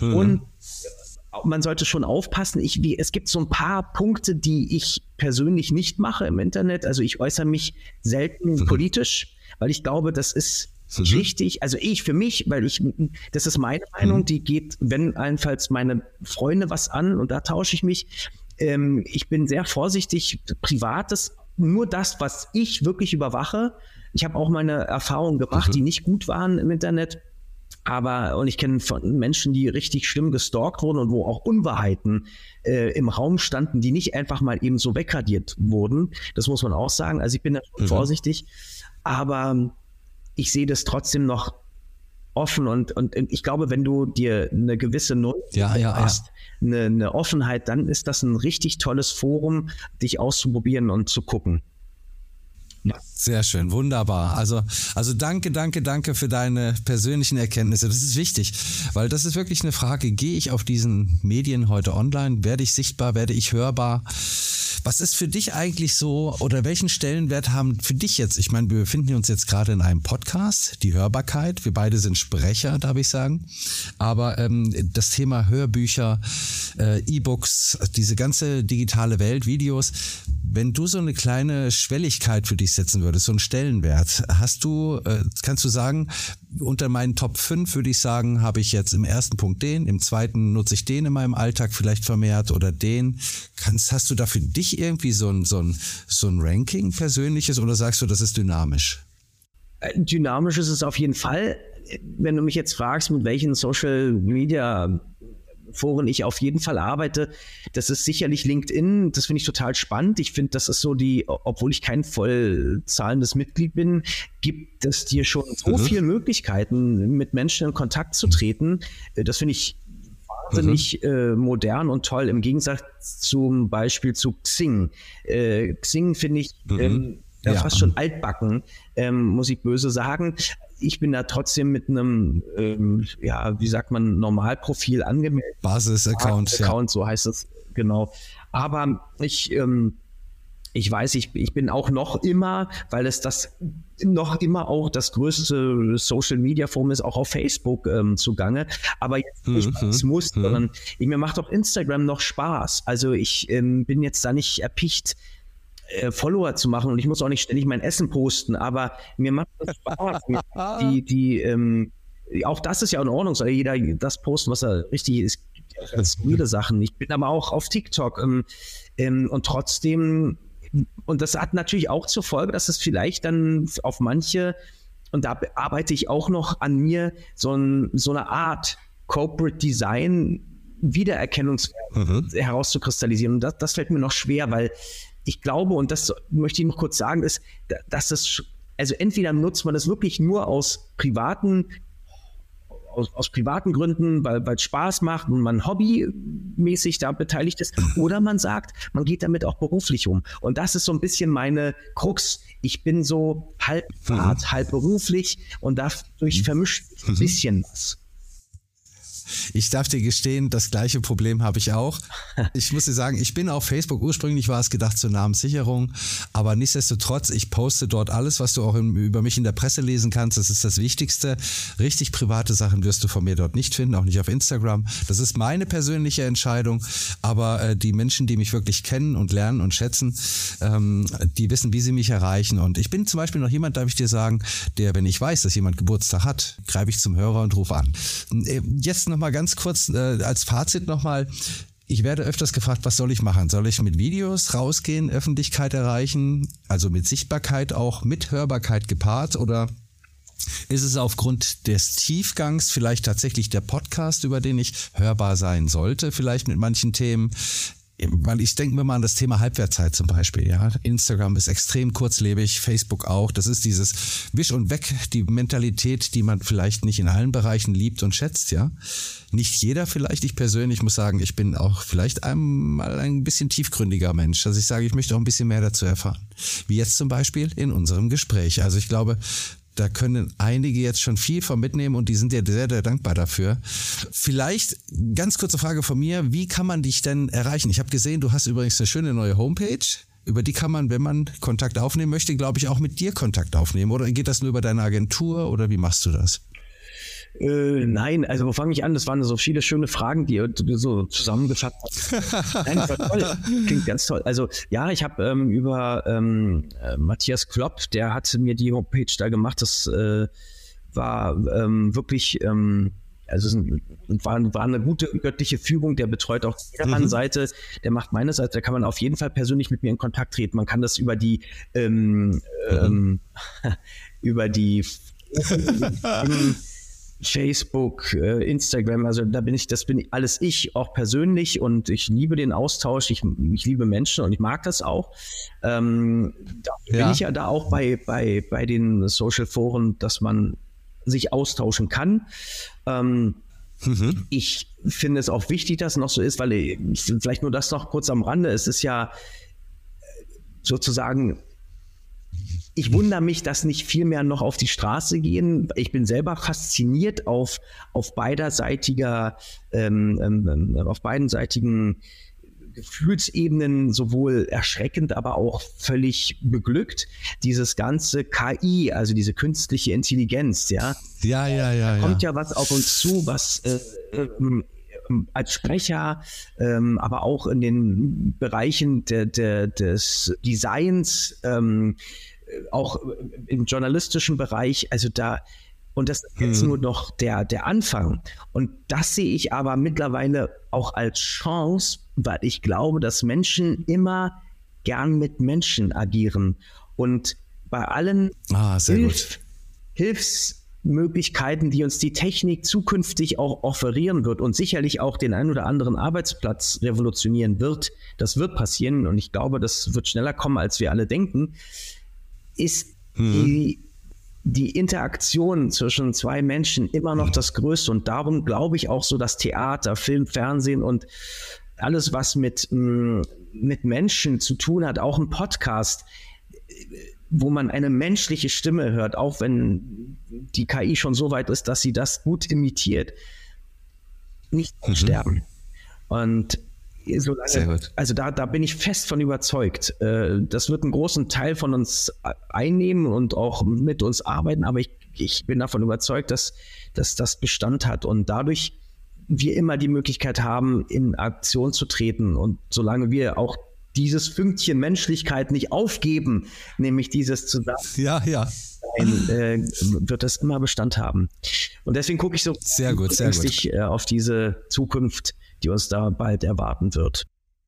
sollte schon aufpassen. Es gibt so ein paar Punkte, die ich persönlich nicht mache im Internet. Also ich äußere mich selten politisch, weil ich glaube, das ist wichtig. Also für mich, das ist meine Meinung, die geht, wenn allenfalls meine Freunde was an, und da tausche ich mich. Ich bin sehr vorsichtig, Privates, nur das, was ich wirklich überwache. Ich habe auch meine Erfahrungen gemacht, die nicht gut waren im Internet. Und ich kenne von Menschen, die richtig schlimm gestalkt wurden und wo auch Unwahrheiten im Raum standen, die nicht einfach mal eben so wegradiert wurden. Das muss man auch sagen. Also ich bin da schon vorsichtig, aber ich sehe das trotzdem noch offen, und ich glaube, wenn du dir eine gewisse hast, eine Offenheit, dann ist das ein richtig tolles Forum, dich auszuprobieren und zu gucken. Sehr schön, wunderbar. Also danke für deine persönlichen Erkenntnisse. Das ist wichtig, weil das ist wirklich eine Frage, gehe ich auf diesen Medien heute online? Werde ich sichtbar? Werde ich hörbar? Was ist für dich eigentlich so oder welchen Stellenwert haben für dich jetzt? Ich meine, wir befinden uns jetzt gerade in einem Podcast, die Hörbarkeit. Wir beide sind Sprecher, darf ich sagen. Aber das Thema Hörbücher, E-Books, diese ganze digitale Welt, Videos, wenn du so eine kleine Schwelligkeit für dich setzen würdest, so einen Stellenwert, kannst du sagen, unter meinen Top 5 würde ich sagen, habe ich jetzt im ersten Punkt den, im zweiten nutze ich den in meinem Alltag vielleicht vermehrt oder den. Hast du da für dich irgendwie so ein Ranking persönliches oder sagst du, das ist dynamisch? Dynamisch ist es auf jeden Fall. Wenn du mich jetzt fragst, mit welchen Social Media Foren ich auf jeden Fall arbeite, das ist sicherlich LinkedIn, das finde ich total spannend. Ich finde, das ist so obwohl ich kein voll zahlendes Mitglied bin, gibt es dir schon so viele Möglichkeiten, mit Menschen in Kontakt zu treten. Das finde ich wahnsinnig modern und toll, im Gegensatz zum Beispiel zu Xing. Xing finde ich fast schon altbacken, muss ich böse sagen. Ich bin da trotzdem mit einem, Normalprofil angemeldet. Basis-Account, so heißt es, genau. Aber ich weiß, ich bin auch noch immer, weil es das noch immer auch das größte Social-Media-Forum ist, auch auf Facebook zugange. Aber jetzt nicht, weil es muss, sondern mir macht auch Instagram noch Spaß. Also ich bin jetzt da nicht erpicht, Follower zu machen und ich muss auch nicht ständig mein Essen posten, aber mir macht das Spaß. Auch das ist ja in Ordnung, soll jeder das posten, was er richtig ist. Ganz viele Sachen. Ich bin aber auch auf TikTok und trotzdem, und das hat natürlich auch zur Folge, dass es vielleicht dann auf manche, und da arbeite ich auch noch an mir, so eine Art Corporate Design Wiedererkennungswert herauszukristallisieren. Und das fällt mir noch schwer, weil ich glaube, und das möchte ich noch kurz sagen, ist, dass es, also entweder nutzt man das wirklich nur aus privaten Gründen, weil es Spaß macht und man hobbymäßig da beteiligt ist, oder man sagt, man geht damit auch beruflich um. Und das ist so ein bisschen meine Krux. Ich bin so halb privat, halb beruflich und dadurch vermischt sich ein bisschen was. Ich darf dir gestehen, das gleiche Problem habe ich auch. Ich muss dir sagen, ich bin auf Facebook, ursprünglich war es gedacht zur Namenssicherung, aber nichtsdestotrotz, ich poste dort alles, was du auch über mich in der Presse lesen kannst. Das ist das Wichtigste. Richtig private Sachen wirst du von mir dort nicht finden, auch nicht auf Instagram. Das ist meine persönliche Entscheidung, aber die Menschen, die mich wirklich kennen und lernen und schätzen, die wissen, wie sie mich erreichen. Und ich bin zum Beispiel noch jemand, darf ich dir sagen, der, wenn ich weiß, dass jemand Geburtstag hat, greife ich zum Hörer und rufe an. Jetzt noch mal ganz kurz als Fazit nochmal. Ich werde öfters gefragt, was soll ich machen? Soll ich mit Videos rausgehen, Öffentlichkeit erreichen, also mit Sichtbarkeit auch, mit Hörbarkeit gepaart, oder ist es aufgrund des Tiefgangs vielleicht tatsächlich der Podcast, über den ich hörbar sein sollte, vielleicht mit manchen Themen? Weil ich denke mir mal an das Thema Halbwertzeit zum Beispiel. Ja, Instagram ist extrem kurzlebig, Facebook auch. Das ist dieses Wisch und Weg, die Mentalität, die man vielleicht nicht in allen Bereichen liebt und schätzt. Ja, nicht jeder vielleicht. Ich persönlich muss sagen, ich bin auch vielleicht einmal ein bisschen tiefgründiger Mensch, dass ich sage, ich möchte auch ein bisschen mehr dazu erfahren. Wie jetzt zum Beispiel in unserem Gespräch. Also ich glaube, da können einige jetzt schon viel von mitnehmen und die sind dir sehr, sehr dankbar dafür. Vielleicht ganz kurze Frage von mir, wie kann man dich denn erreichen? Ich habe gesehen, du hast übrigens eine schöne neue Homepage, über die kann man, wenn man Kontakt aufnehmen möchte, glaube ich, auch mit dir Kontakt aufnehmen. Oder geht das nur über deine Agentur oder wie machst du das? Nein, also wo fange ich an? Das waren so viele schöne Fragen, die du so zusammengefasst hast. Nein, das war toll. Klingt ganz toll. Also ja, ich habe über Matthias Klopp, der hat mir die Homepage da gemacht. Das war wirklich, war eine gute göttliche Fügung. Der betreut auch die Seite, der macht meine Seite. Da kann man auf jeden Fall persönlich mit mir in Kontakt treten. Man kann das über die Facebook, Instagram, also das bin alles ich, auch persönlich, und ich liebe den Austausch, ich liebe Menschen und ich mag das auch. Bin ich ja da auch bei den Social Foren, dass man sich austauschen kann. Ich finde es auch wichtig, dass es noch so ist, weil vielleicht nur das noch kurz am Rande, es ist ja sozusagen Ich wundere mich, dass nicht viel mehr noch auf die Straße gehen. Ich bin selber fasziniert auf beiderseitigen Gefühlsebenen, sowohl erschreckend, aber auch völlig beglückt. Dieses ganze KI, also diese künstliche Intelligenz, ja. Ja. Kommt ja was auf uns zu, was als Sprecher, aber auch in den Bereichen des Designs, auch im journalistischen Bereich, also und das ist jetzt nur noch der Anfang. Und das sehe ich aber mittlerweile auch als Chance, weil ich glaube, dass Menschen immer gern mit Menschen agieren. Und bei allen Hilfsmöglichkeiten, die uns die Technik zukünftig auch offerieren wird und sicherlich auch den einen oder anderen Arbeitsplatz revolutionieren wird, das wird passieren und ich glaube, das wird schneller kommen, als wir alle denken, ist die Interaktion zwischen zwei Menschen immer noch das Größte und darum glaube ich auch so, dass Theater, Film, Fernsehen und alles, was mit Menschen zu tun hat, auch ein Podcast, wo man eine menschliche Stimme hört, auch wenn die KI schon so weit ist, dass sie das gut imitiert, nicht sterben. Und solange, also da bin ich fest von überzeugt. Das wird einen großen Teil von uns einnehmen und auch mit uns arbeiten, aber ich bin davon überzeugt, dass das Bestand hat und dadurch wir immer die Möglichkeit haben, in Aktion zu treten und solange wir auch dieses Fünkchen Menschlichkeit nicht aufgeben, nämlich dieses Zusammensein, wird das immer Bestand haben. Und deswegen gucke ich so sehr gut auf diese Zukunft, die uns da bald erwarten wird.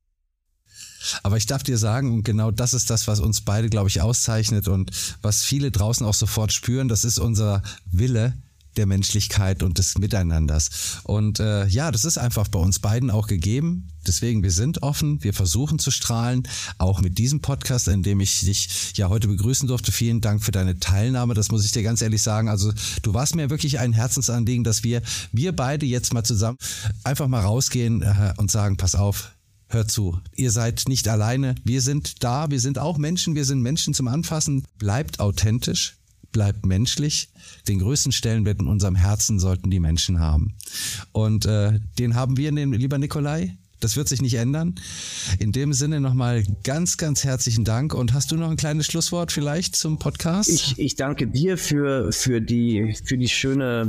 Aber ich darf dir sagen, und genau das ist das, was uns beide, glaube ich, auszeichnet und was viele draußen auch sofort spüren, das ist unser Wille der Menschlichkeit und des Miteinanders. Und das ist einfach bei uns beiden auch gegeben. Deswegen, wir sind offen, wir versuchen zu strahlen, auch mit diesem Podcast, in dem ich dich ja heute begrüßen durfte. Vielen Dank für deine Teilnahme, das muss ich dir ganz ehrlich sagen. Also du warst mir wirklich ein Herzensanliegen, dass wir beide jetzt mal zusammen einfach mal rausgehen und sagen, pass auf, hört zu, ihr seid nicht alleine, wir sind da, wir sind auch Menschen, wir sind Menschen zum Anfassen. Bleibt authentisch, bleibt menschlich. Den größten Stellenwert in unserem Herzen sollten die Menschen haben. Und den haben wir, lieber Nikolai. Das wird sich nicht ändern. In dem Sinne nochmal ganz, ganz herzlichen Dank. Und hast du noch ein kleines Schlusswort vielleicht zum Podcast? Ich danke dir für die schöne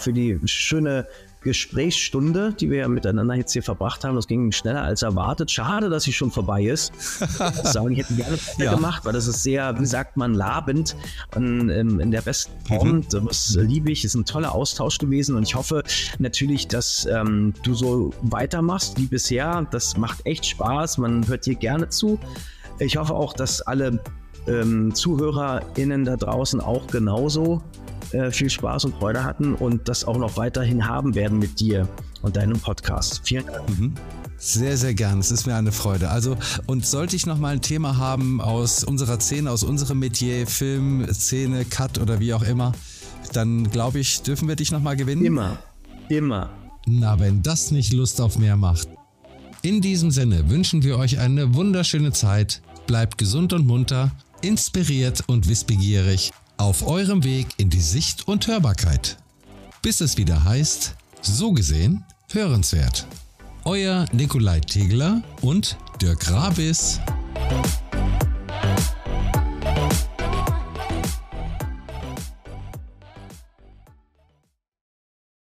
Gesprächsstunde, die wir miteinander jetzt hier verbracht haben. Das ging schneller als erwartet. Schade, dass sie schon vorbei ist. Ich hätte gerne weiter gemacht, weil das ist sehr, wie sagt man, labend und in der besten Form. Das liebe ich. Ist ein toller Austausch gewesen und ich hoffe natürlich, dass du so weitermachst wie bisher. Das macht echt Spaß. Man hört dir gerne zu. Ich hoffe auch, dass alle ZuhörerInnen da draußen auch genauso viel Spaß und Freude hatten und das auch noch weiterhin haben werden mit dir und deinem Podcast. Vielen Dank. Sehr, sehr gern. Es ist mir eine Freude. Also, und sollte ich noch mal ein Thema haben aus unserer Szene, aus unserem Metier, Film, Szene, Cut oder wie auch immer, dann glaube ich, dürfen wir dich noch mal gewinnen? Immer. Na, wenn das nicht Lust auf mehr macht. In diesem Sinne wünschen wir euch eine wunderschöne Zeit. Bleibt gesund und munter, inspiriert und wissbegierig auf eurem Weg in die Sicht- und Hörbarkeit. Bis es wieder heißt, so gesehen, hörenswert. Euer Nikolai Tegler und Dirk Rabis.